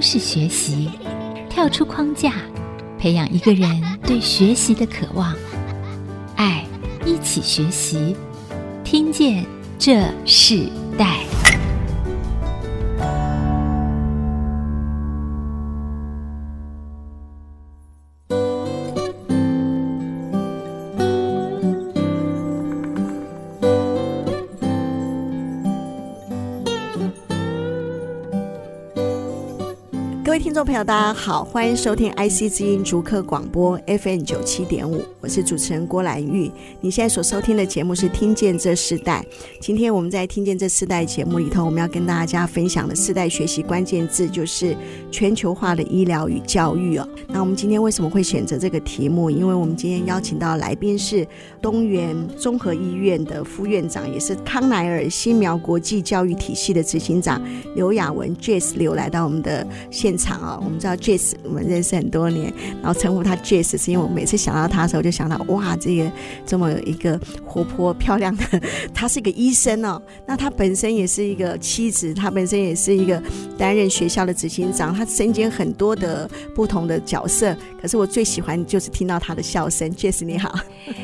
是学习，跳出框架，培养一个人对学习的渴望。爱，一起学习，听见这世代。 各位听众朋友大家好，欢迎收听 IC 之音竹科广播 FM97.5， 我是主持人郭兰玉。你现在所收听的节目是听见这世代。今天我们在听见这世代节目里头，我们要跟大家分享的世代学习关键字就是全球化的医疗与教育哦。那我们今天为什么会选择这个题目？因为我们今天邀请到来宾是东元综合医院的副院长，也是康乃尔新苗国际教育体系的执行长刘雅文 Jess 刘来到我们的现场哦。我们知道 Jess 我们认识很多年，然后称呼他 Jess 是因为我每次想到他的时候就想到哇，这么一个活泼漂亮的，他是一个医生哦。那他本身也是一个妻子，他本身也是一个担任学校的执行长，他身兼很多的不同的角色。可是我最喜欢就是听到他的笑声。 Jess 你好。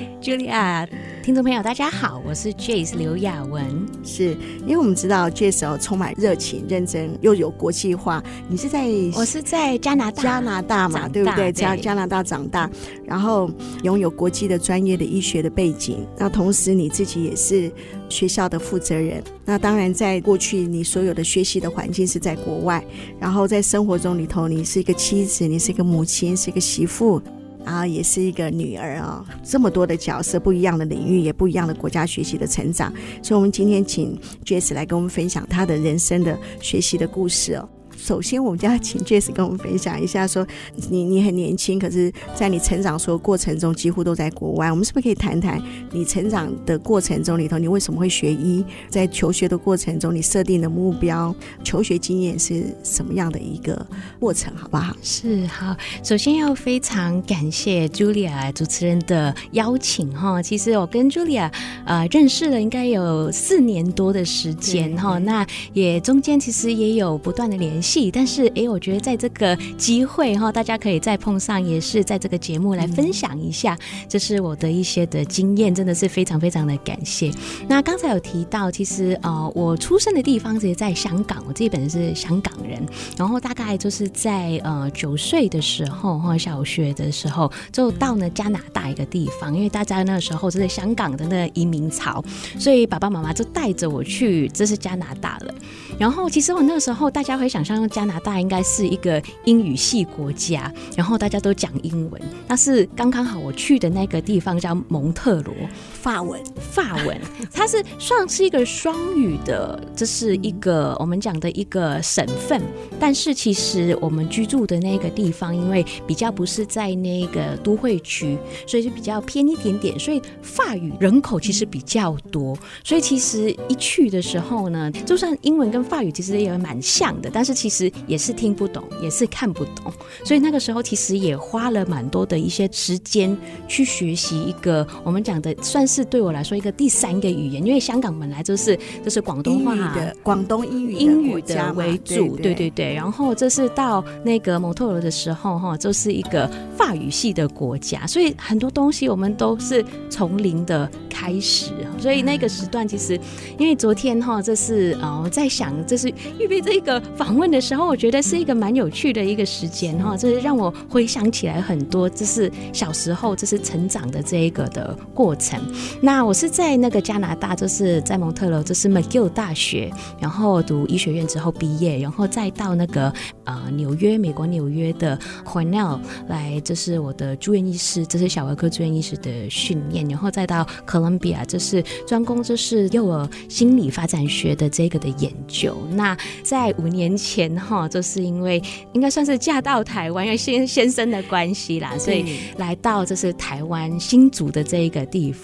Julia， 听众朋友大家好，我是 Jess 刘雅文。 是因为我们知道 Jess 哦，充满热情认真又有国际化。我是在加拿大嘛，对不对？加拿大长大，然后拥有国际的专业的医学的背景，那同时你自己也是学校的负责人。那当然在过去你所有的学习的环境是在国外，然后在生活中里头你是一个妻子，你是一个母亲，是一个媳妇，然后也是一个女儿哦。这么多的角色，不一样的领域，也不一样的国家学习的成长。所以我们今天请 Jess 来跟我们分享她的人生的学习的故事哦。首先我们就要请 Jess 跟我们分享一下说你很年轻，可是在你成长所有过程中几乎都在国外。我们是不是可以谈谈你成长的过程中里头，你为什么会学医，在求学的过程中你设定的目标，求学经验是什么样的一个过程，好不好？ 是，好。首先要非常感谢 Julia 主持人的邀请。其实我跟 Julia 认识了应该有4年多的时间，那也中间其实也有不断的联系，但是我觉得在这个机会大家可以再碰上，也是在这个节目来分享一下，这是我的一些的经验，真的是非常非常的感谢。那刚才有提到，其实我出生的地方其实在香港，我自己本身是香港人，然后大概就是在9岁的时候，小学的时候就到了加拿大一个地方，因为大家那时候就是香港的那个移民潮，所以爸爸妈妈就带着我去，这是加拿大了。然后其实我那时候大家会想象加拿大应该是一个英语系国家，然后大家都讲英文，但是刚刚好我去的那个地方叫蒙特罗， 法文它是算是一个双语的，这是一个我们讲的一个省份，但是其实我们居住的那个地方因为比较不是在那个都会区，所以就比较偏一点点，所以法语人口其实比较多，所以其实一去的时候呢，就算英文跟法语其实也蛮像的，但是其实也是听不懂，也是看不懂，所以那个时候其实也花了蛮多的一些时间去学习一个我们讲的算是对我来说一个第3个语言，因为香港本来就是广东话广东英语的为主，对。然后这是到那个蒙特罗的时候就是一个法语系的国家，所以很多东西我们都是从零的开始，所以那个时段其实因为昨天这是我在想，这是预备这个访问的时候，我觉得是一个蛮有趣的一个时间，这是让我回想起来很多，这是小时候这是成长的这一个的过程。那我是在那个加拿大，就是在蒙特罗，这是 McGill 大学，然后读医学院之后毕业，然后再到那个纽约，美国纽约的 Cornell 来，这是我的住院医师，这是小儿科住院医师的训练，然后再到 Columbia， 这是专攻这是幼儿心理发展学的这个的研究。那在5年前就是因为应该算是嫁到台湾，因为先生的关系啦，所以来到这是台湾新竹的这一个地方。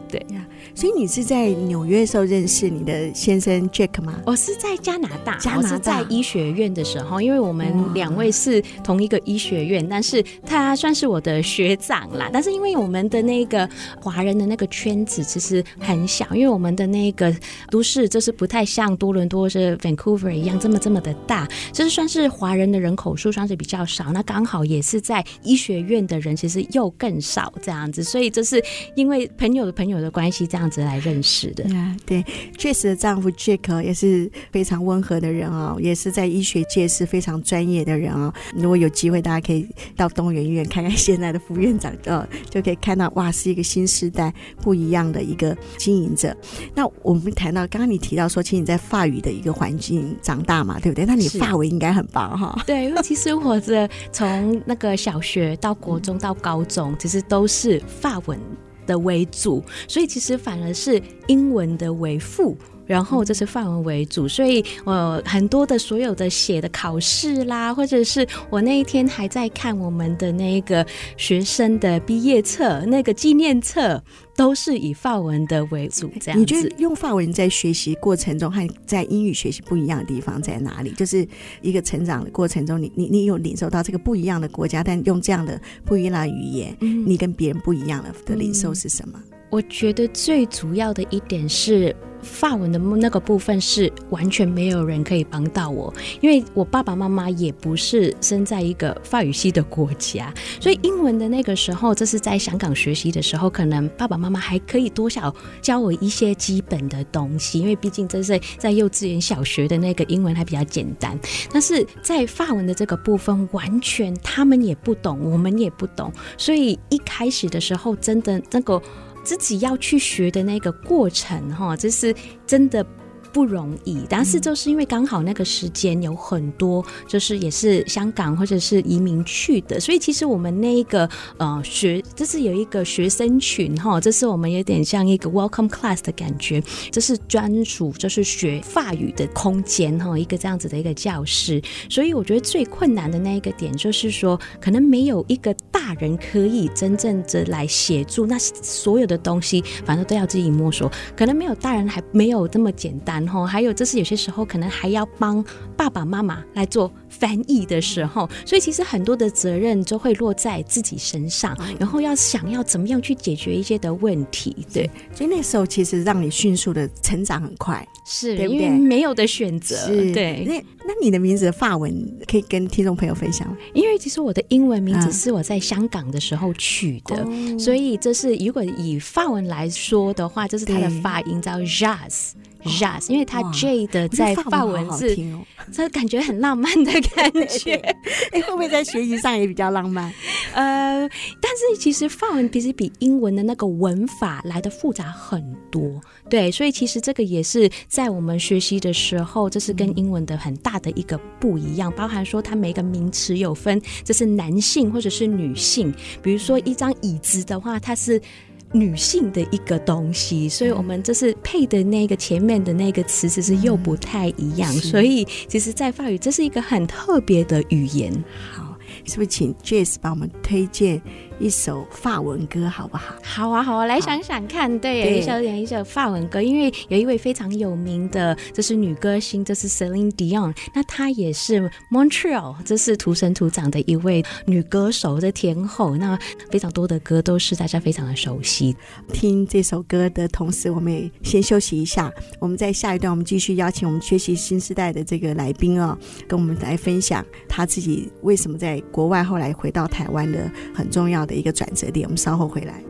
对， 所以你是在纽约的时候认识你的先生 Jack 吗？ 我是在加拿大，我是在医学院的时候，因为我们2位是同一个医学院，但是他算是我的学长啦。但是因为我们的那个华人的那个圈子其实很小，因为我们的那个都市就是不太像多伦多是 Vancouver 一样这么的大，就是算是华人的人口数算是比较少，那刚好也是在医学院的人其实又更少这样子，所以这是因为朋友的关系这样子来认识的。 对 Jess 的丈夫 Jack 也是非常温和的人哦，也是在医学界是非常专业的人哦。如果有机会大家可以到东元医院看看现在的副院长就可以看到哇，是一个新时代不一样的一个经营者。那我们谈到刚刚你提到说其实你在法语的一个环境长大嘛，对不对？那你法文应该很棒哈。 对，因为其实我的从那个小学到国中到高中其实都是法文的为主，所以其实反而是英文的为辅，然后这是法文为主，所以很多的所有的写的考试啦，或者是我那一天还在看我们的那个学生的毕业册那个纪念册，都是以法文的为主这样子。 你觉得用法文在学习过程中和在英语学习不一样的地方在哪里？就是一个成长的过程中你有领受到这个不一样的国家，但用这样的不一样的语言，你跟别人不一样的领受是什么？ 我觉得最主要的一点是法文的那个部分是完全没有人可以帮到我，因为我爸爸妈妈也不是生在一个法语系的国家，所以英文的那个时候，这是在香港学习的时候，可能爸爸妈妈还可以多少教我一些基本的东西，因为毕竟这是在幼稚园小学的那个英文还比较简单，但是在法文的这个部分完全他们也不懂，我们也不懂，所以一开始的时候真的那个自己要去学的那个过程就是真的不容易，但是就是因为刚好那个时间有很多就是也是香港或者是移民去的，所以其实我们那一个这是有一个学生群这是我们有点像一个 welcome class 的感觉，这是专属就是学法语的空间一个这样子的一个教室，所以我觉得最困难的那一个点就是说可能没有一个大人可以真正的来协助，那所有的东西反正都要自己摸索，可能没有大人还没有这么简单，还有就是有些时候可能还要帮爸爸妈妈来做翻译的时候，所以其实很多的责任就会落在自己身上，然后想要怎么样去解决一些的问题。对， 所以那时候其实让你迅速的成长很快， 是对不对？ 因为没有的选择。对， 那你的名字的法文可以跟听众朋友分享吗？ 因为其实我的英文名字是我在香港的时候取的，所以这是如果以法文来说的话，这是它的发音叫 Jazz，因为它 J 的在法文是这感觉很浪漫的感觉会不会在学习上也比较浪漫？ 但是其实法文其实比英文的那个文法来的复杂很多，对，所以其实这个也是在我们学习的时候，这是跟英文的很大的一个不一样，包含说它每个名词有分这是男性或者是女性，比如说一张椅子的话它是女性的一个东西，所以我们这是配的那个前面的那个词其实又不太一样，所以其实在法语这是一个很特别的语言。 好，是不是请 Jess 帮我们推荐一首法文歌好不好？ 好啊，来想想看。对，一首法文歌，因为有一位非常有名的这是女歌星，这是 Celine Dion， 那她也是 Montreal 这是土生土长的一位女歌手的天后，那非常多的歌都是大家非常的熟悉。 听这首歌的同时我们也先休息一下，我们在下一段我们继续邀请我们学习新时代的这个来宾跟我们来分享他自己为什么在国外后来回到台湾的很重要的一个转折点，我们稍后回来。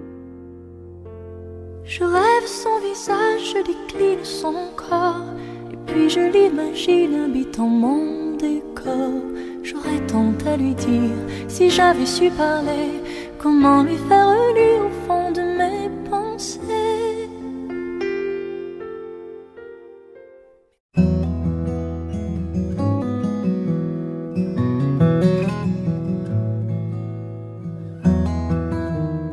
Je rêve son visage, je décline son corps, et puis je l'imagine habitant mon décor. J'aurais tant à lui dire si j'avais su parler, comment lui faire lire au fond de mes pensées. 欢迎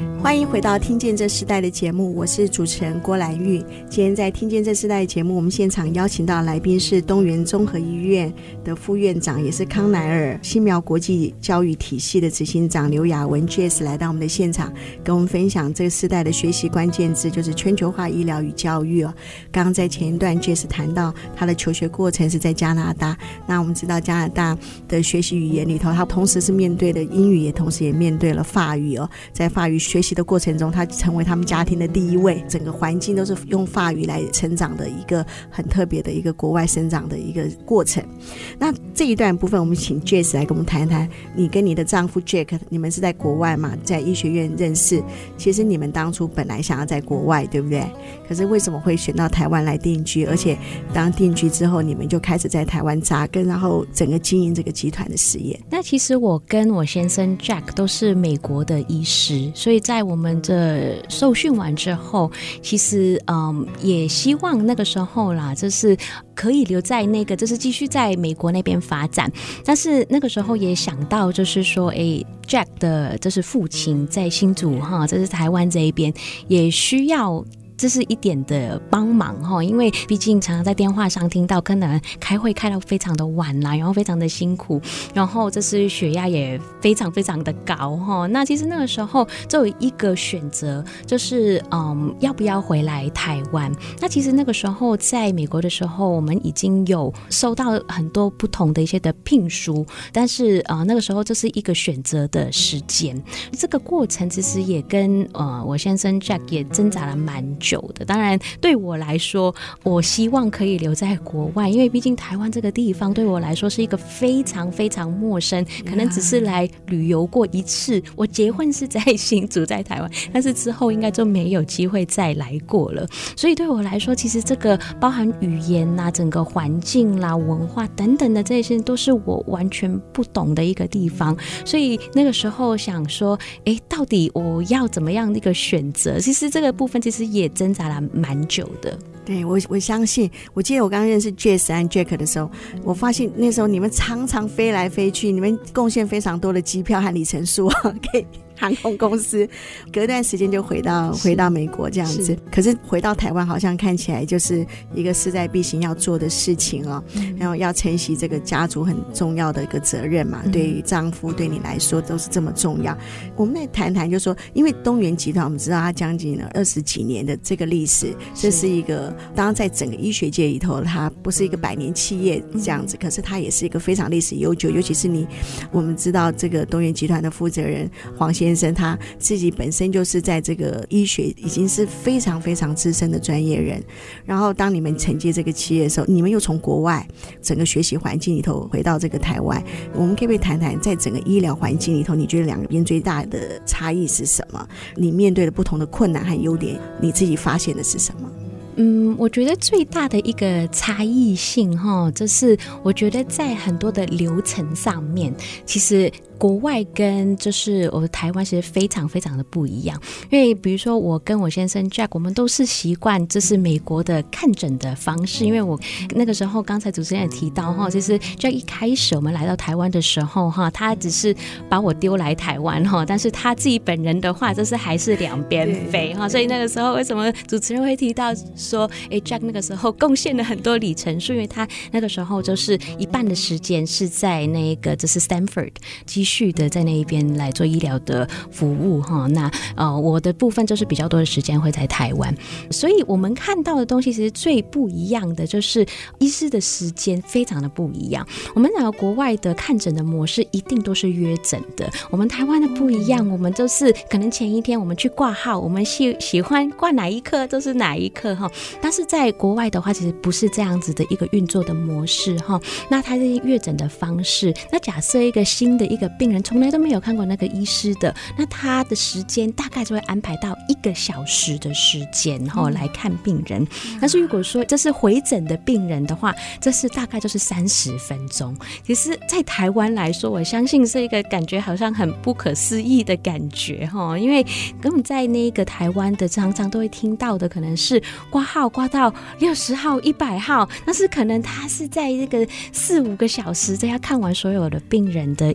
迎回到听见这时代的节目，我是主持人郭兰玉。今天在听见这时代的节目，我们现场邀请到来宾是东元综合医院的副院长，也是康乃尔新苗国际教育体系的执行长刘雅文 Jess 来到我们的现场，跟我们分享这个时代的学习关键字，就是全球化医疗与教育哦。刚刚在前一段 Jess 谈到他的求学过程是在加拿大，那我们知道加拿大的学习语言里头，他同时是面对的英语，也同时也面对了法语哦。在法语学习的过程中，他成为他们家庭的第一位，整个环境都是用法语来成长的一个很特别的一个国外生长的一个过程。那这一段部分我们请 Jess 来跟我们谈一谈，你跟你的丈夫 Jack 你们是在国外嘛，在医学院认识，其实你们当初本来想要在国外对不对？可是为什么会选到台湾来定居，而且当定居之后你们就开始在台湾扎根，然后整个经营这个集团的事业？ 那其实我跟我先生 Jack 都是美国的医师，所以在我们的受训完之后，其实也希望那个时候啦，就是可以留在那个，就是继续在美国那边发展。但是那个时候也想到，就是说Jack 的就是父亲在新竹哈，这是台湾这一边也需要这是一点的帮忙哈，因为毕竟常常在电话上听到可能开会开到非常的晚啦，然后非常的辛苦，然后这是血压也非常非常的高哈。那其实那个时候就有一个选择，就是要不要回来台湾？那其实那个时候在美国的时候，我们已经有收到很多不同的一些的聘书，但是那个时候这是一个选择的时间。这个过程其实也跟我先生 Jack 也挣扎了蛮久的。当然对我来说，我希望可以留在国外，因为毕竟台湾这个地方对我来说是一个非常非常陌生，可能只是来旅游过一次。我结婚是在新竹在台湾，但是之后应该就没有机会再来过了。所以对我来说，其实这个包含语言啦、整个环境啦、文化等等的这些都是我完全不懂的一个地方。所以那个时候想说到底我要怎么样的一个选择，其实这个部分其实也挣扎了蛮久的。 对，我相信，我记得我刚刚认识 Jess and Jack 的时候，我发现那时候你们常常飞来飞去，你们贡献非常多的机票和里程数给航空公司，隔段时间就回到美国这样子。可是回到台湾好像看起来就是一个势在必行要做的事情哦，然后要承袭这个家族很重要的一个责任嘛，对于丈夫对你来说都是这么重要。我们来谈谈，就说因为东元集团我们知道它将近了20几年的这个历史，这是一个当然在整个医学界里头它不是一个100年企业这样子，可是它也是一个非常历史悠久。尤其是我们知道这个东元集团的负责人黄先生，他自己本身就是在这个医学已经是非常非常资深的专业人，然后当你们承接这个企业的时候，你们又从国外整个学习环境里头回到这个台湾，我们可不可以谈谈在整个医疗环境里头，你觉得两边最大的差异是什么？你面对的不同的困难和优点，你自己发现的是什么？ 我觉得最大的一个差异性就是我觉得在很多的流程上面，其实国外跟就是我台湾其实非常非常的不一样。因为比如说我跟我先生 Jack 我们都是习惯这是美国的看诊的方式，因为我那个时候刚才主持人也提到其实 Jack 一开始我们来到台湾的时候他只是把我丢来台湾但是他自己本人的话就是还是两边飞所以那个时候为什么主持人会提到说Jack 那个时候贡献了很多里程数，因为他那个时候就是一半的时间是在那个就是 Stanford 继续的在那一边来做医疗的服务那我的部分就是比较多的时间会在台湾，所以我们看到的东西其实最不一样的就是医师的时间非常的不一样。我们讲国外的看诊的模式一定都是约诊的，我们台湾的不一样，我们就是可能前一天我们去挂号，我们喜欢挂哪一科就是哪一科但是在国外的话其实不是这样子的一个运作的模式那它是约诊的方式，那假设一个新的一个病人从来都没有看过那个医师的，那他的时间大概就会安排到1个小时的时间来看病人。但是如果说这是回诊的病人的话，这是大概就是30分钟。其实在台湾来说，我相信是一个感觉好像很不可思议的感觉因为根本在那个台湾的常常都会听到的可能是挂号挂到60号100号，但是可能他是在这个4-5个小时这样看完所有的病人的这样的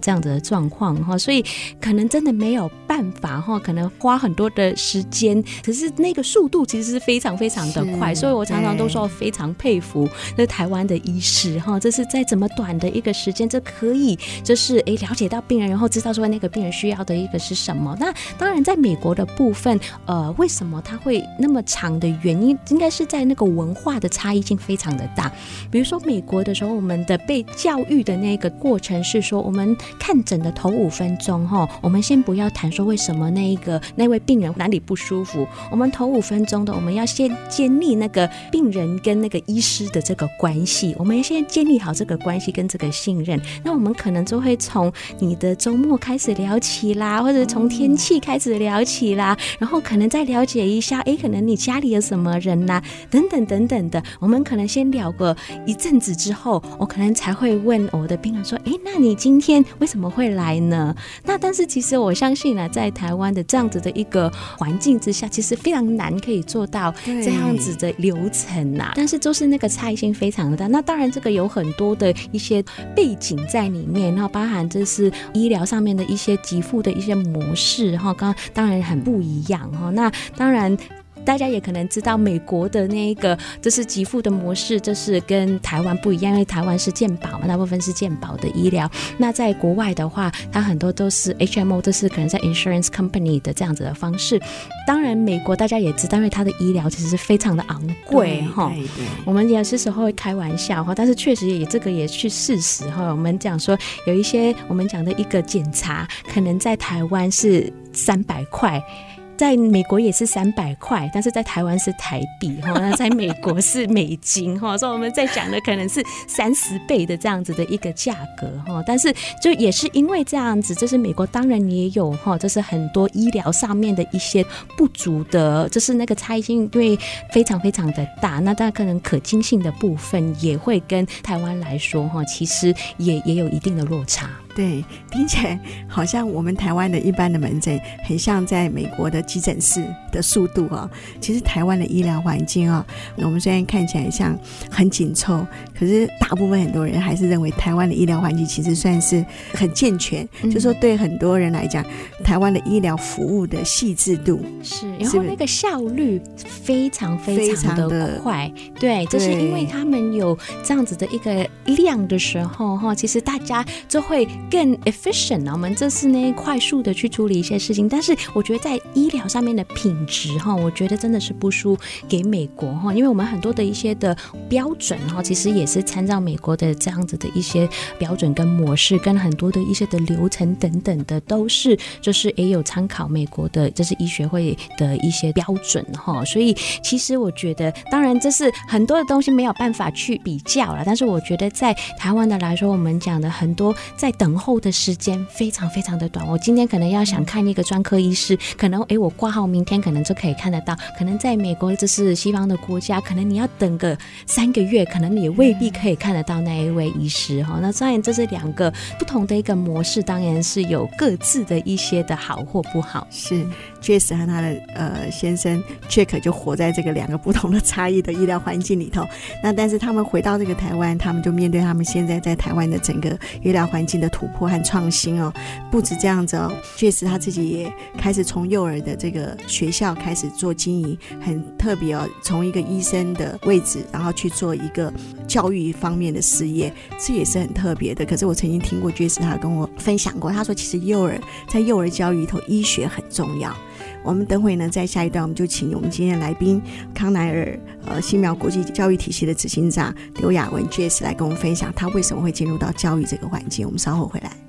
状况哈，所以可能真的没有办法哈，可能花很多的时间，可是那个速度其实是非常非常的快，所以我常常都说非常佩服那台湾的医师哈，这是在这么短的一个时间，这可以就是了解到病人，然后知道说那个病人需要的一个是什么。那当然在美国的部分为什么它会那么长的原因，应该是在那个文化的差异性非常的大。比如说美国的时候，我们的被教育的那个过程是说，我们看诊的头5分钟我们先不要谈说为什么那位病人哪里不舒服，我们头5分钟的我们要先建立那个病人跟那个医师的这个关系，我们要先建立好这个关系跟这个信任。那我们可能就会从你的周末开始聊起啦，或者从天气开始聊起啦，然后可能再了解一下可能你家里有什么人啦，等等等等的。我们可能先聊个一阵子之后，我可能才会问我的病人说那你今天为什么会来呢？那但是其实我相信在台湾的这样子的一个环境之下，其实非常难可以做到这样子的流程但是就是那个差异性非常的大。那当然这个有很多的一些背景在里面，然后包含这是医疗上面的一些给付的一些模式当然很不一样那当然大家也可能知道美国的那个就是给付的模式，就是跟台湾不一样，因为台湾是健保嘛，大部分是健保的医疗。那在国外的话，它很多都是 HMO， 这是可能在 insurance company 的这样子的方式。当然美国大家也知道，因为它的医疗其实是非常的昂贵我们有些时候会开玩笑但是确实也这个也是事实我们讲说有一些我们讲的一个检查可能在台湾是300块，在美国也是300块，但是在台湾是台币那在美国是美金所以我们在讲的可能是30倍的这样子的一个价格但是就也是因为这样子，就是美国当然也有就是很多医疗上面的一些不足的，就是那个差异性对非常非常的大，那当然可能可经性的部分也会跟台湾来说其实也有一定的落差。 对，听起来好像我们台湾的一般的门诊很像在美国的急诊室的速度其实台湾的医疗环境我们虽然看起来像很紧凑，可是大部分很多人还是认为台湾的医疗环境其实算是很健全就说对很多人来讲，台湾的医疗服务的细致度是，然后那个效率非常非常的快，对，就是因为他们有这样子的一个量的时候其实大家就会更 efficient 我们这是快速的去处理一些事情。但是我觉得在医疗上面的品质我觉得真的是不输给美国因为我们很多的一些的标准其实也是参照美国的这样子的一些标准跟模式，跟很多的一些的流程等等的都是就是也有参考美国的就是医学会的一些标准所以其实我觉得当然这是很多的东西没有办法去比较啦，但是我觉得在台湾的来说，我们讲的很多在等候的时间非常非常的短，我今天可能要想看一个专科医师，可能我挂号明天可能就可以看得到，可能在美国这是西方的国家，可能你要等个3个月，可能你也未必可以看得到那一位医师那当然这是2个不同的一个模式，当然是有各自的一些的好或不好。 是 Jess 和他的先生 Jack 就活在这个2个不同的差异的医疗环境里头。那但是他们回到这个台湾，他们就面对他们现在在台湾的整个医疗环境的突破和创新不止这样子Jess 他自己也开始从幼儿的这个学校开始做经营，很特别从一个医生的位置然后去做一个教育方面的事业，这也是很特别的。可是我曾经听过 Jess 他跟我分享过，他说其实在幼儿教育里头医学很重要。我们等会呢，在下一段我们就请我们今天的来宾康乃尔新苗国际教育体系的执行长刘雅文 Jess 来跟我们分享他为什么会进入到教育这个环境。我们稍后回来。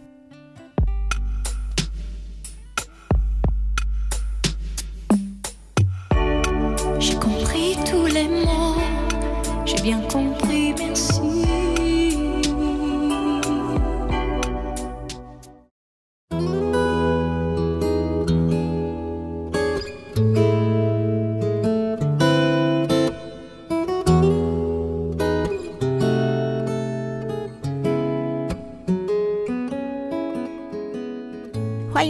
J'ai compris tous les mots, j'ai bien compris, merci. 欢迎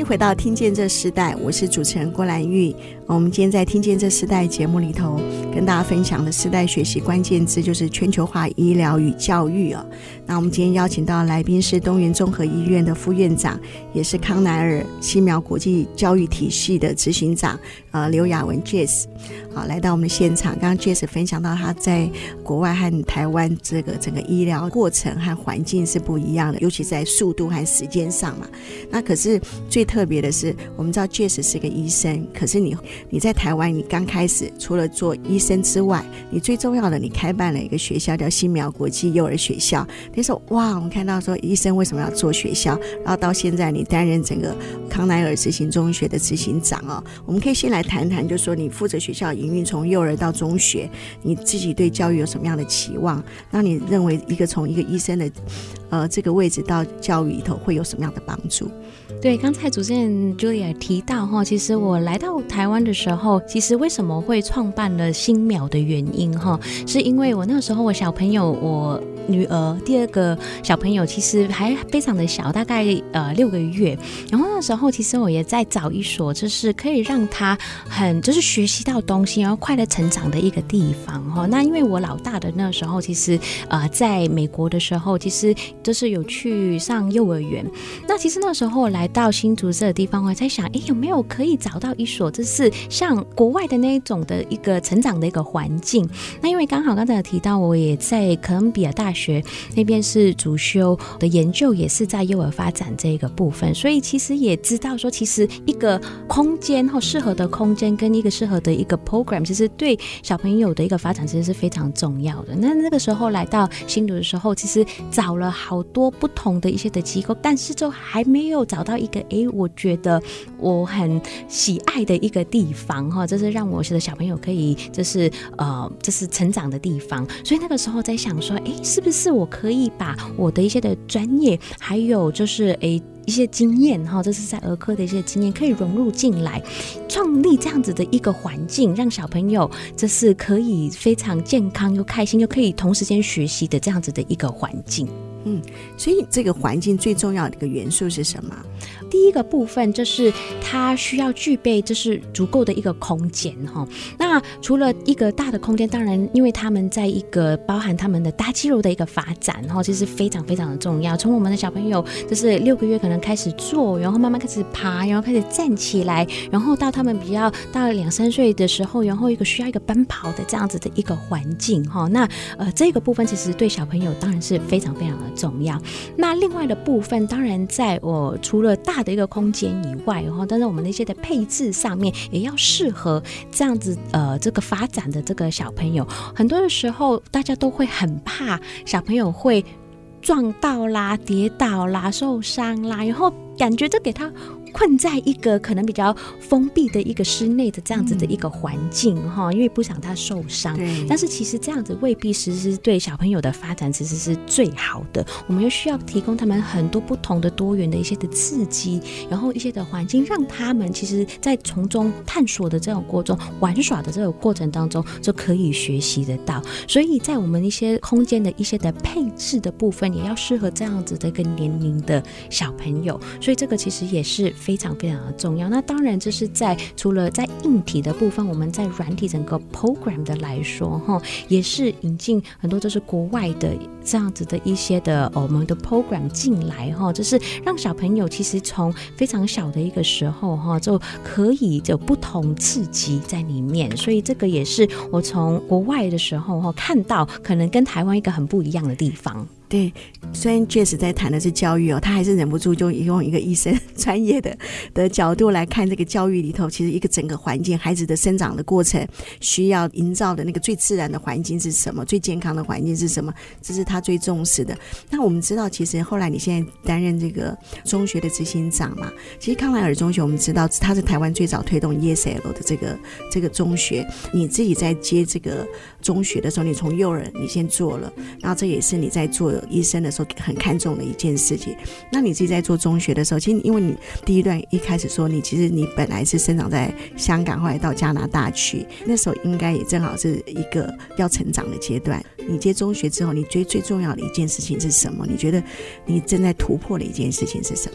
回到听见这时代，我是主持人郭兰玉。我们今天在听见这时代节目里头跟大家分享的时代学习关键字就是全球化医疗与教育哦。那我们今天邀请到来宾是东元综合医院的副院长，也是康乃尔西苗国际教育体系的执行长刘雅文 Jess 来到我们的现场。刚刚 Jess 分享到他在国外和台湾这个整个医疗过程和环境是不一样的，尤其在速度和时间上嘛。那可是最特别的是，我们知道 Jess 是个医生，可是你在台湾，你刚开始除了做医生之外，你最重要的你开办了一个学校叫西苗国际幼儿学校。那时候哇，我们看到说医生为什么要做学校，然后到现在你担任整个康乃尔执行中学的执行长哦。我们可以先来谈谈，就是说你负责学校营运从幼儿到中学，你自己对教育有什么样的期望？那你认为从一个医生的这个位置到教育里头会有什么样的帮助？ 对，刚才主持人 Julia 提到其实我来到台湾的时候，其实为什么会创办了新苗的原因是因为我那个时候我小朋友，我女儿第二个小朋友其实还非常的小，大概6个月，然后那时候其实我也在找一所就是可以让他就是学习到东西然后快乐成长的一个地方那因为我老大的那时候其实在美国的时候其实就是有去上幼儿园，那其实那时候来到新竹这个地方，我在想有没有可以找到一所就是像国外的那一种的一个成长的一个环境。那因为刚好刚才有提到我也在哥伦比亚大学那边是主修的研究，也是在幼儿发展这个部分，所以其实也知道说其实一个空间适合的空间跟一个适合的一个 program 其实对小朋友的一个发展其实是非常重要的。那个时候来到新竹的时候，其实找了好多不同的一些的机构，但是就还没有找到一个我觉得我很喜爱的一个地方就是让我的小朋友可以就是成长的地方。所以那个时候在想说是不是我可以把我的一些的专业还有就是一些经验这是在儿科的一些经验可以融入进来，创立这样子的一个环境，让小朋友这是可以非常健康又开心又可以同时间学习的这样子的一个环境。 所以这个环境最重要的一个元素是什么？ 第一个部分就是它需要具备就是足够的一个空间那除了一个大的空间，当然因为他们在一个包含他们的大肌肉的一个发展其实非常非常的重要。从我们的小朋友就是6个月可能开始坐，然后慢慢开始爬，然后开始站起来，然后到他们比较到2-3岁的时候，然后需要一个奔跑的这样子的一个环境那这个部分其实对小朋友当然是非常非常的重要。那另外的部分当然在我除了大的一个空间以外但是我们那些的配置上面也要适合这样子这个发展的这个小朋友。很多的时候大家都会很怕小朋友会撞到啦、跌倒啦、受伤啦，然后感觉这给他困在一个可能比较封闭的一个室内的这样子的一个环境因为不想他受伤。但是其实这样子未必实是对小朋友的发展其实是最好的。我们又需要提供他们很多不同的多元的一些的刺激，然后一些的环境，让他们其实在从中探索的这种过程中玩耍的这个过程当中就可以学习得到。所以在我们一些空间的一些的配置的部分也要适合这样子的一个年龄的小朋友，所以这个其实也是非常非常的重要。那当然这是除了在硬体的部分，我们在软体整个 program 的来说也是引进很多就是国外的这样子的一些的我们的 program 进来就是让小朋友其实从非常小的一个时候就可以有不同刺激在里面。所以这个也是我从国外的时候看到可能跟台湾一个很不一样的地方。 对，虽然 Jess 在谈的是教育他还是忍不住就用一个医生专业的角度来看这个教育里头，其实一个整个环境孩子的生长的过程需要营造的那个最自然的环境是什么，最健康的环境是什么，这是他最重视的。那我们知道其实后来你现在担任这个中学的执行长嘛，其实康乃尔中学我们知道它是台湾最早推动 ESL 的这个中学，你自己在接这个中学的时候，你从幼儿你先做了，然后这也是你在做医生的时候很看重的一件事情。那你自己在做中学的时候，其实因为你第一段一开始说其实你本来是生长在香港，后来到加拿大去，那时候应该也正好是一个要成长的阶段。你接中学之后，你觉得最重要的一件事情是什么？你觉得你正在突破的一件事情是什么？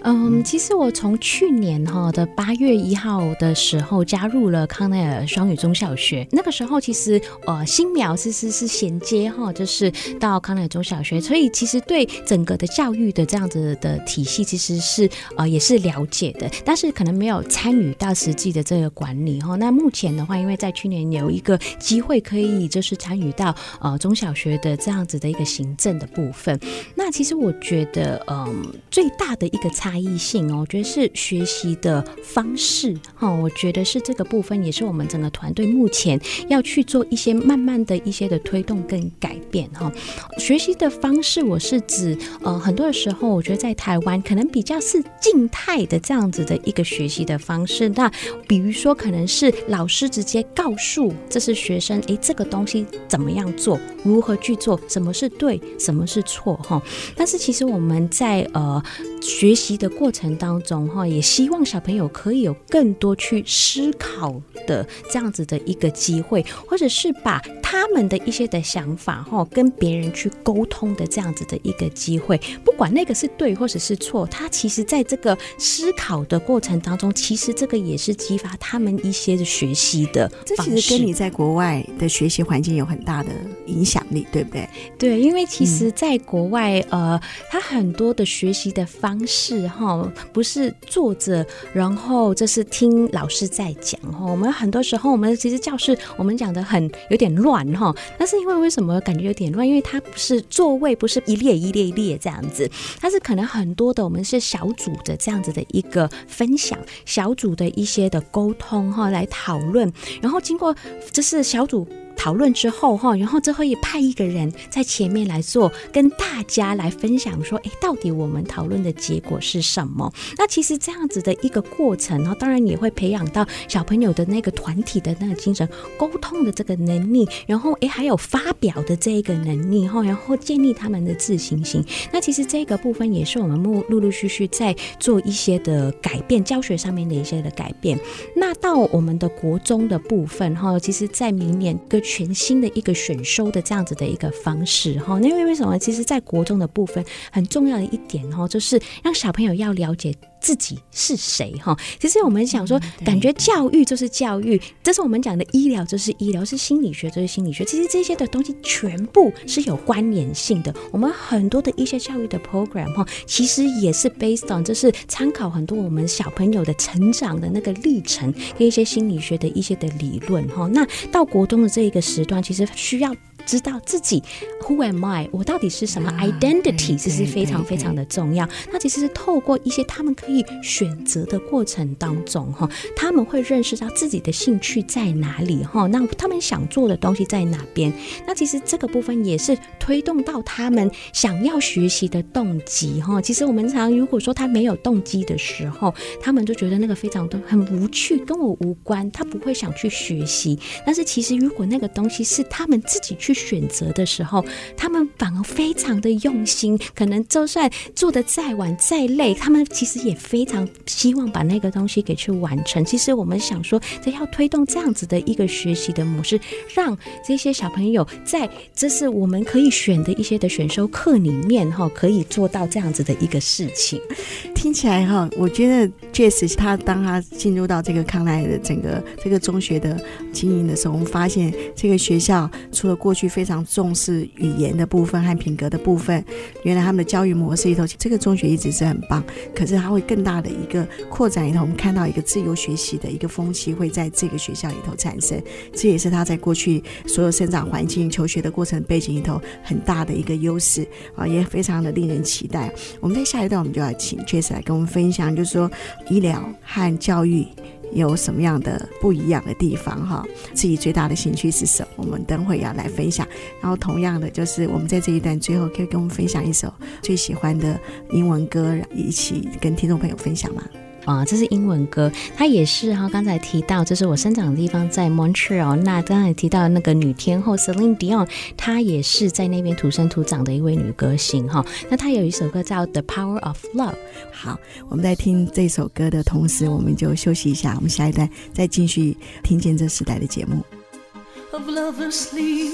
其实我从去年的8月1号的时候加入了康奈尔双语中小学，那个时候其实新苗是衔接就是到康奈尔中小学，所以其实对整个的教育的这样子的体系其实是也是了解的，但是可能没有参与到实际的这个管理那目前的话，因为在去年有一个机会可以就是参与到中小学的这样子的一个行政的部分，那其实我觉得最大的一个差异性我觉得是学习的方式我觉得是这个部分也是我们整个团队目前要去做一些慢慢的一些的推动跟改变学习的方式我是指很多的时候我觉得在台湾可能比较是静态的这样子的一个学习的方式，那比如说可能是老师直接告诉这是学生这个东西怎么样做，如何去做，什么是对什么是错但是其实我们在学习的过程当中也希望小朋友可以有更多去思考的这样子的一个机会，或者是把他们的一些的想法跟别人去沟通的这样子的一个机会，不管那个是对或者是错，他其实在这个思考的过程当中，其实这个也是激发他们一些的学习的方式。 这其实跟你在国外的学习环境有很大的影响力，对不对？ 对，因为其实在国外他很多的学习的方式不是坐着然后这是听老师在讲我们很多时候我们其实教室我们讲的有点乱但是因为什么感觉有点乱，因为它不是座位不是一列一列一列这样子，它是可能很多的我们是小组的这样子的一个分享，小组的一些的沟通来讨论，然后经过就是小组讨论之后然后之后也派一个人在前面来做，跟大家来分享说到底我们讨论的结果是什么。那其实这样子的一个过程当然也会培养到小朋友的那个团体的那个精神，沟通的这个能力，然后还有发表的这个能力然后建立他们的自信心。那其实这个部分也是我们陆陆续续在做一些的改变，教学上面的一些的改变。那到我们的国中的部分其实在明年一个全新的一个选修的这样子的一个方式那因为为什么其实在国中的部分很重要的一点就是让小朋友要了解自己是谁其实我们想说感觉教育就是教育，这是我们讲的医疗就是医疗，是心理学就是心理学，其实这些的东西全部是有关联性的。我们很多的一些教育的 program 其实也是 based on 就是参考很多我们小朋友的成长的那个历程跟一些心理学的一些的理论那到国中的这一个时段其实需要知道自己 Who am I 我到底是什么 identity 这是非常非常的重要。那其实是透过一些他们可以选择的过程当中他们会认识到自己的兴趣在哪里那他们想做的东西在哪边。那其实这个部分也是推动到他们想要学习的动机其实我们常如果说他没有动机的时候，他们就觉得那个非常很无趣，跟我无关，他不会想去学习。但是其实如果那个东西是他们自己去选择的时候，他们反而非常的用心，可能就算做得再晚再累，他们其实也非常希望把那个东西给去完成。其实我们想说这要推动这样子的一个学习的模式，让这些小朋友在这是我们可以选的一些的选修课里面可以做到这样子的一个事情。 听起来我觉得 Jess 他当他进入到这个康奈尔的整个这个中学的经营的时候，我们发现这个学校除了过去非常重视语言的部分和品格的部分，原来他们的教育模式里头，这个中学一直是很棒，可是它会更大的一个扩展里头，我们看到一个自由学习的一个风气会在这个学校里头产生，这也是他在过去所有生长环境求学的过程背景里头很大的一个优势也非常的令人期待。我们在下一段我们就要请 Jess 来跟我们分享，就是说医疗和教育有什么样的不一样的地方自己最大的兴趣是什么，我们等会要来分享。然后同样的就是我们在这一段最后可以跟我们分享一首最喜欢的英文歌，一起跟听众朋友分享吗？ 这是英文歌，它也是刚才提到这是我生长的地方在 Montreal， 那刚才提到那个女天后 Celine Dion， 她也是在那边土生土长的一位女歌星那她有一首歌叫 The Power of Love。 好，我们在听这首歌的同时我们就休息一下，我们下一段再继续听见这时代的节目。 Of love and sleep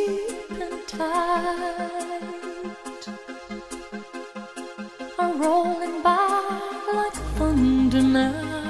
and tide are rolling by lendemain.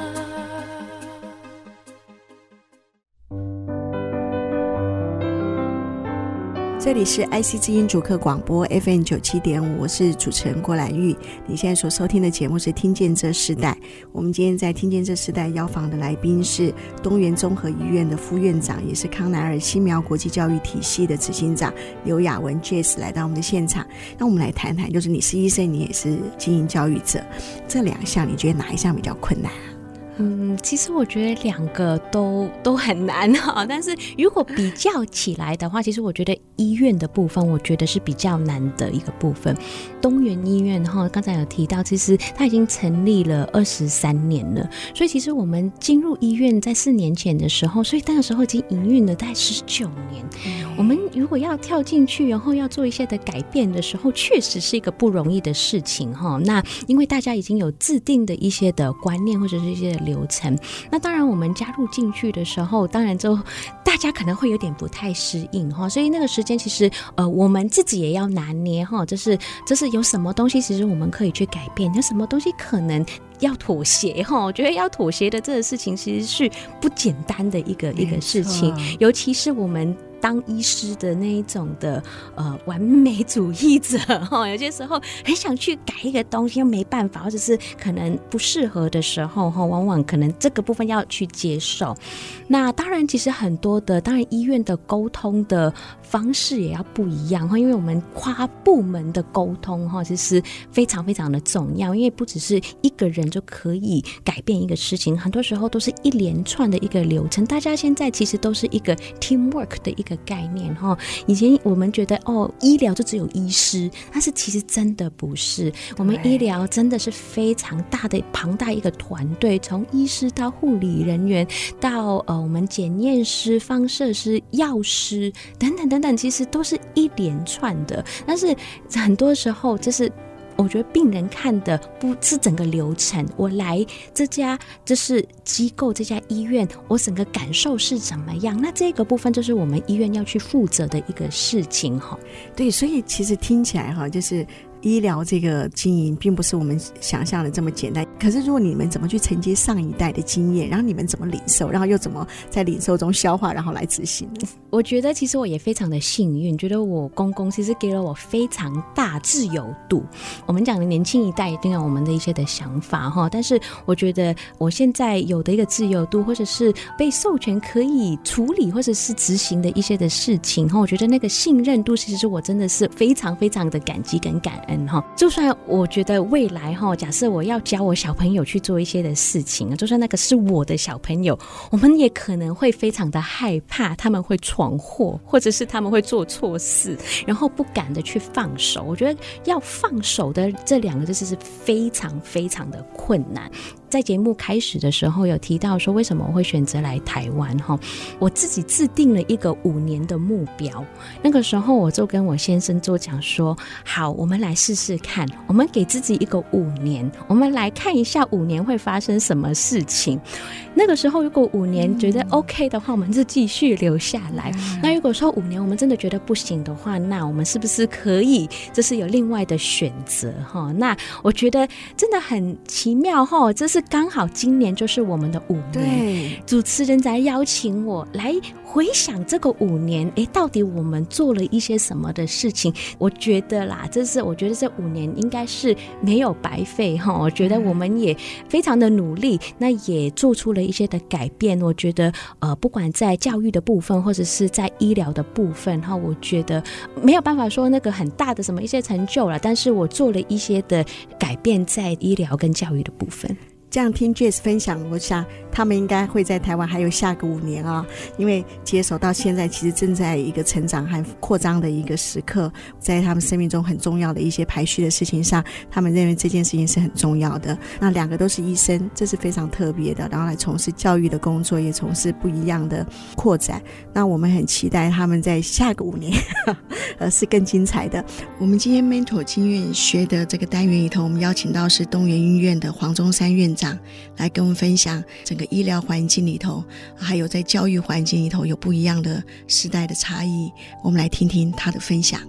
这里是 IC 之音主客广播 FM 97.5，我是主持人郭兰玉。你现在所收听的节目是听见这世代。我们今天在听见这世代邀访的来宾是东元综合医院的副院长，也是康乃尔新苗国际教育体系的执行长刘雅文 Jess 来到我们的现场。那我们来谈谈，就是你是医生，你也是经营教育者，这两项你觉得哪一项比较困难啊？ 其实我觉得两个都很难哈，但是如果比较起来的话，其实我觉得医院的部分，我觉得是比较难的一个部分。东元医院哈，刚才有提到，其实它已经成立了23年了，所以其实我们进入医院在4年前的时候，所以那个时候已经营运了大概19年。我们如果要跳进去，然后要做一些的改变的时候，确实是一个不容易的事情哈。那因为大家已经有制定的一些的观念或者是一些的流程，那当然我们加入进去的时候，当然就大家可能会有点不太适应哈，所以那个时间其实我们自己也要拿捏哈，就是有什么东西其实我们可以去改变，有什么东西可能要妥协哈。我觉得要妥协的这个事情其实是不简单的一个事情，尤其是我们当医师的那一种的完美主义者哈，有些时候很想去改一个东西又没办法，或者是可能不适合的时候哈，往往可能这个部分要去接受。那当然其实很多的当然医院的沟通的方式也要不一样哈，因为我们跨部门的沟通哈，其实非常非常的重要，因为不只是一个人就可以改变一个事情，很多时候都是一连串的一个流程，大家现在其实都是一个 teamwork 的一个概念哈。以前我们觉得医疗就只有医师，但是其实真的不是，我们医疗真的是非常大的庞大一个团队，从医师到护理人员到我们检验师、放射师、药师等等等等，其实都是一连串的。但是很多时候就是我觉得病人看的不是整个流程，我来这家就是机构这家医院，我整个感受是怎么样，那这个部分就是我们医院要去负责的一个事情。 对，所以其实听起来就是医疗这个经营并不是我们想象的这么简单，可是如果你们怎么去承接上一代的经验，然后你们怎么领受，然后又怎么在领受中消化，然后来执行呢？ 我觉得其实我也非常的幸运，觉得我公公其实给了我非常大自由度。我们讲的年轻一代一定有我们的一些的想法哈，但是我觉得我现在有的一个自由度，或者是被授权可以处理或者是执行的一些的事情哈，我觉得那个信任度其实我真的是非常非常的感激跟感恩哈。就算我觉得未来哈，假设我要教我小朋友去做一些的事情，就算那个是我的小朋友，我们也可能会非常的害怕他们会闯祸，或者是他们会做错事，然后不敢的去放手。我觉得要放手的这两个字是非常非常的困难。在节目开始的时候有提到说为什么我会选择来台湾，我自己制定了一个5年的目标，那个时候我就跟我先生就讲说，好，我们来试试看，我们给自己一个5年，我们来看一下5年会发生什么事情。那个时候如果5年觉得 OK 的话，我们就继续留下来，那如果说5年我们真的觉得不行的话，那我们是不是可以就是有另外的选择。那我觉得真的很奇妙，这是刚好今年就是我们的5年，对，主持人在邀请我来回想这个5年，到底我们做了一些什么的事情。我觉得啦，我觉得这5年应该是没有白费，我觉得我们也非常的努力，那也做出了一些的改变。我觉得不管在教育的部分或者是在医疗的部分，我觉得没有办法说那个很大的什么一些成就了，但是我做了一些的改变在医疗跟教育的部分。 这样听 Jess 分享，我想他们应该会在台湾还有下个5年啊，因为接手到现在其实正在一个成长和扩张的一个时刻，在他们生命中很重要的一些排序的事情上，他们认为这件事情是很重要的。那2个都是医生，这是非常特别的，然后来从事教育的工作，也从事不一样的扩展。那我们很期待他们在下个5年是更精彩的。我们今天 Mentor 经院学的这个单元里头，我们邀请到是东元医院的黄宗三院长来跟我们分享整个医疗环境里头，还有在教育环境里头有不一样的时代的差异。我们来听听他的分享。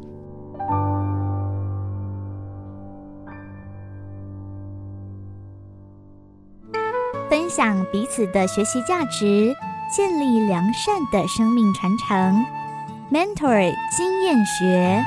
享彼此的学习价值，建立良善的生命传承。Mentor 经验学。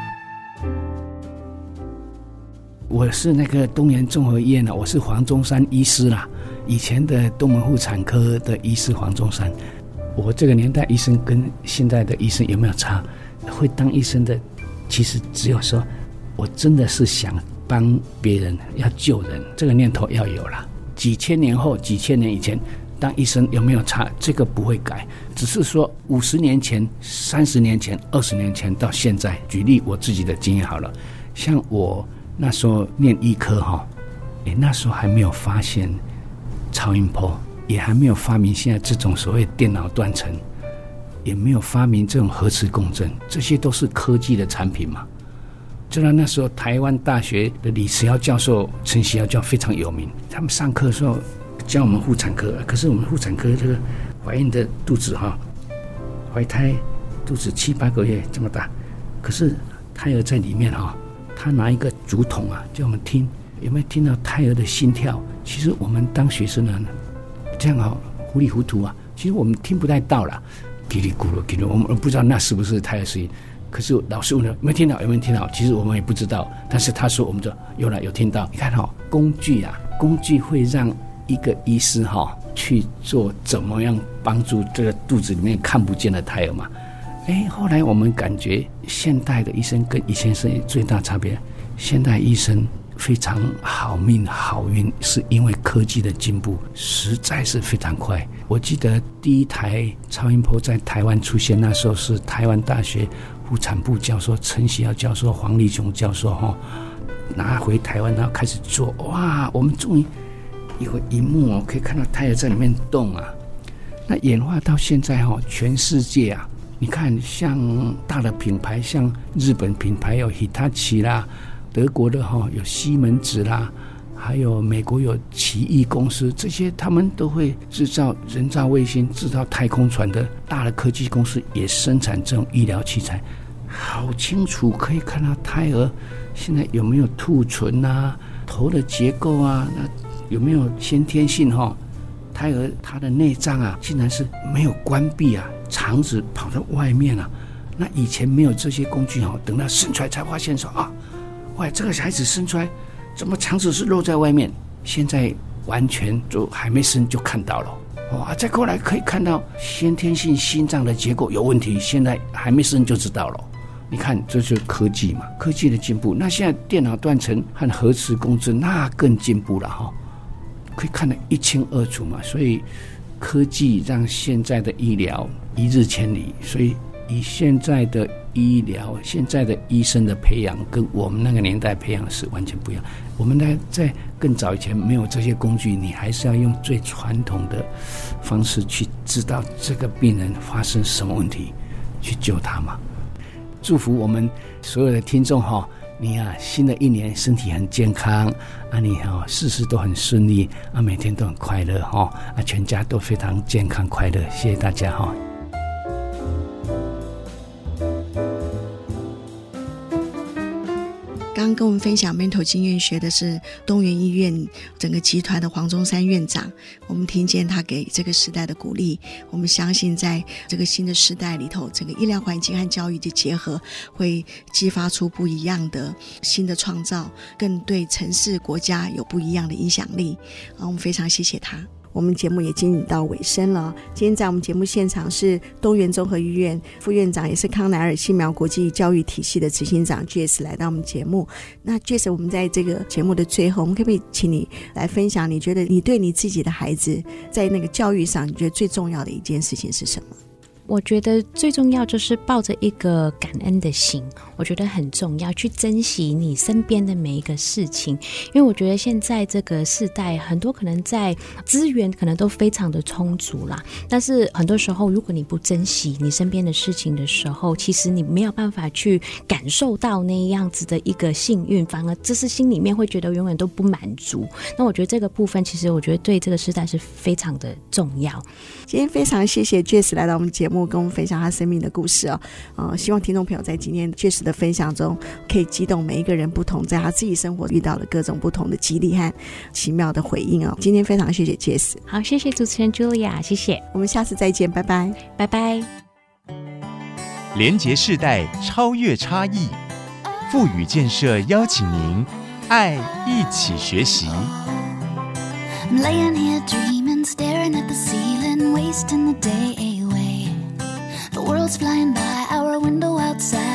我是那个东元综合医院我是黄中山医师啦，以前的东门妇产科的医师黄中山。我这个年代医生跟现在的医生有没有差？会当医生的其实只有说我真的是想帮别人，要救人，这个念头要有啦。几千年后几千年以前当医生有没有差？这个不会改，只是说50年前30年前20年前到现在，举例我自己的经验好了。像我那时候念医科那时候还没有发现超音波，也还没有发明现在这种所谓电脑断层，也没有发明这种核磁共振，这些都是科技的产品嘛。知道那时候台湾大学的李慈尧教授、陈喜尧教授非常有名，他们上课的时候教我们妇产科，可是我们妇产科这个怀孕的肚子怀胎肚子7、8个月这么大，可是胎儿在里面他拿一个竹筒叫我们听有没有听到胎儿的心跳。其实我们当学生呢这样糊里糊涂其实我们听不太到啦，叽里咕噜叽噜，我们不知道那是不是胎儿声音。可是老师问了有没有听到，有没有听到，其实我们也不知道，但是他说我们就有了，有听到。你看工具会让一个医师去做怎么样帮助这个肚子里面看不见的胎儿嘛。后来我们感觉现代的医生跟以前是最大差别，现代医生非常好命好运，是因为科技的进步实在是非常快。我记得第一台超音波在台湾出现，那时候是台湾大学妇产部教授陈喜尧教授、黄立雄教授拿回台湾，然后开始做。哇，我们终于一个荧幕可以看到胎儿在里面动那演化到现在全世界你看像大的品牌，像日本品牌有 Hitachi 啦，德国的有西门子啦，还有美国有奇异公司，这些他们都会制造人造卫星、制造太空船的大的科技公司也生产这种医疗器材。好清楚可以看到胎儿现在有没有兔唇头的结构那有没有先天性胎儿他的内脏竟然是没有关闭肠子跑到外面那以前没有这些工具等到生出来才发现说哇，这个孩子生出来怎么肠子是露在外面？现在完全就还没生就看到了再过来可以看到先天性心脏的结构有问题，现在还没生就知道了。你看这就是科技嘛，科技的进步。那现在电脑断层和核磁共振那更进步了可以看得一清二楚嘛。所以科技让现在的医疗一日千里，所以以现在的医疗、现在的医生的培养跟我们那个年代培养是完全不一样。我们在更早以前没有这些工具，你还是要用最传统的方式去知道这个病人发生什么问题，去救他嘛。祝福我们所有的听众你新的一年身体很健康你事事都很顺利每天都很快乐全家都非常健康快乐。谢谢大家刚刚跟我们分享 Mentor 经验学的是东元医院整个集团的黄中山院长，我们听见他给这个时代的鼓励，我们相信在这个新的时代里头，整个医疗环境和教育的结合会激发出不一样的新的创造，更对城市国家有不一样的影响力我们非常谢谢他。我们节目也进行到尾声了。今天在我们节目现场是东元综合医院副院长，也是康乃尔新苗国际教育体系的执行长 Jess 来到我们节目。那 Jess， 我们在这个节目的最后，我们可不可以请你来分享，你觉得你对你自己的孩子在那个教育上，你觉得最重要的一件事情是什么？ 我觉得最重要就是抱着一个感恩的心，我觉得很重要，去珍惜你身边的每一个事情。因为我觉得现在这个世代很多可能在资源可能都非常的充足啦，但是很多时候如果你不珍惜你身边的事情的时候，其实你没有办法去感受到那样子的一个幸运，反而这是心里面会觉得永远都不满足。那我觉得这个部分其实我觉得对这个世代是非常的重要。 今天非常谢谢 Jess 来到我们节目， 目跟我们分享他生命的故事希望听众朋友在今天Jess的分享中可以激动每一个人不同在他自己生活遇到的各种不同的激励和奇妙的回应今天非常谢谢 Jess。 好，谢谢主持人 Julia， 谢谢， 我们下次再见，拜拜， 拜拜。 连结世代，超越差异，富予建设邀请您爱一起学习。 I'm laying here dreaming, staring at the ceiling, wasting the day away. The world's flying by, our window outside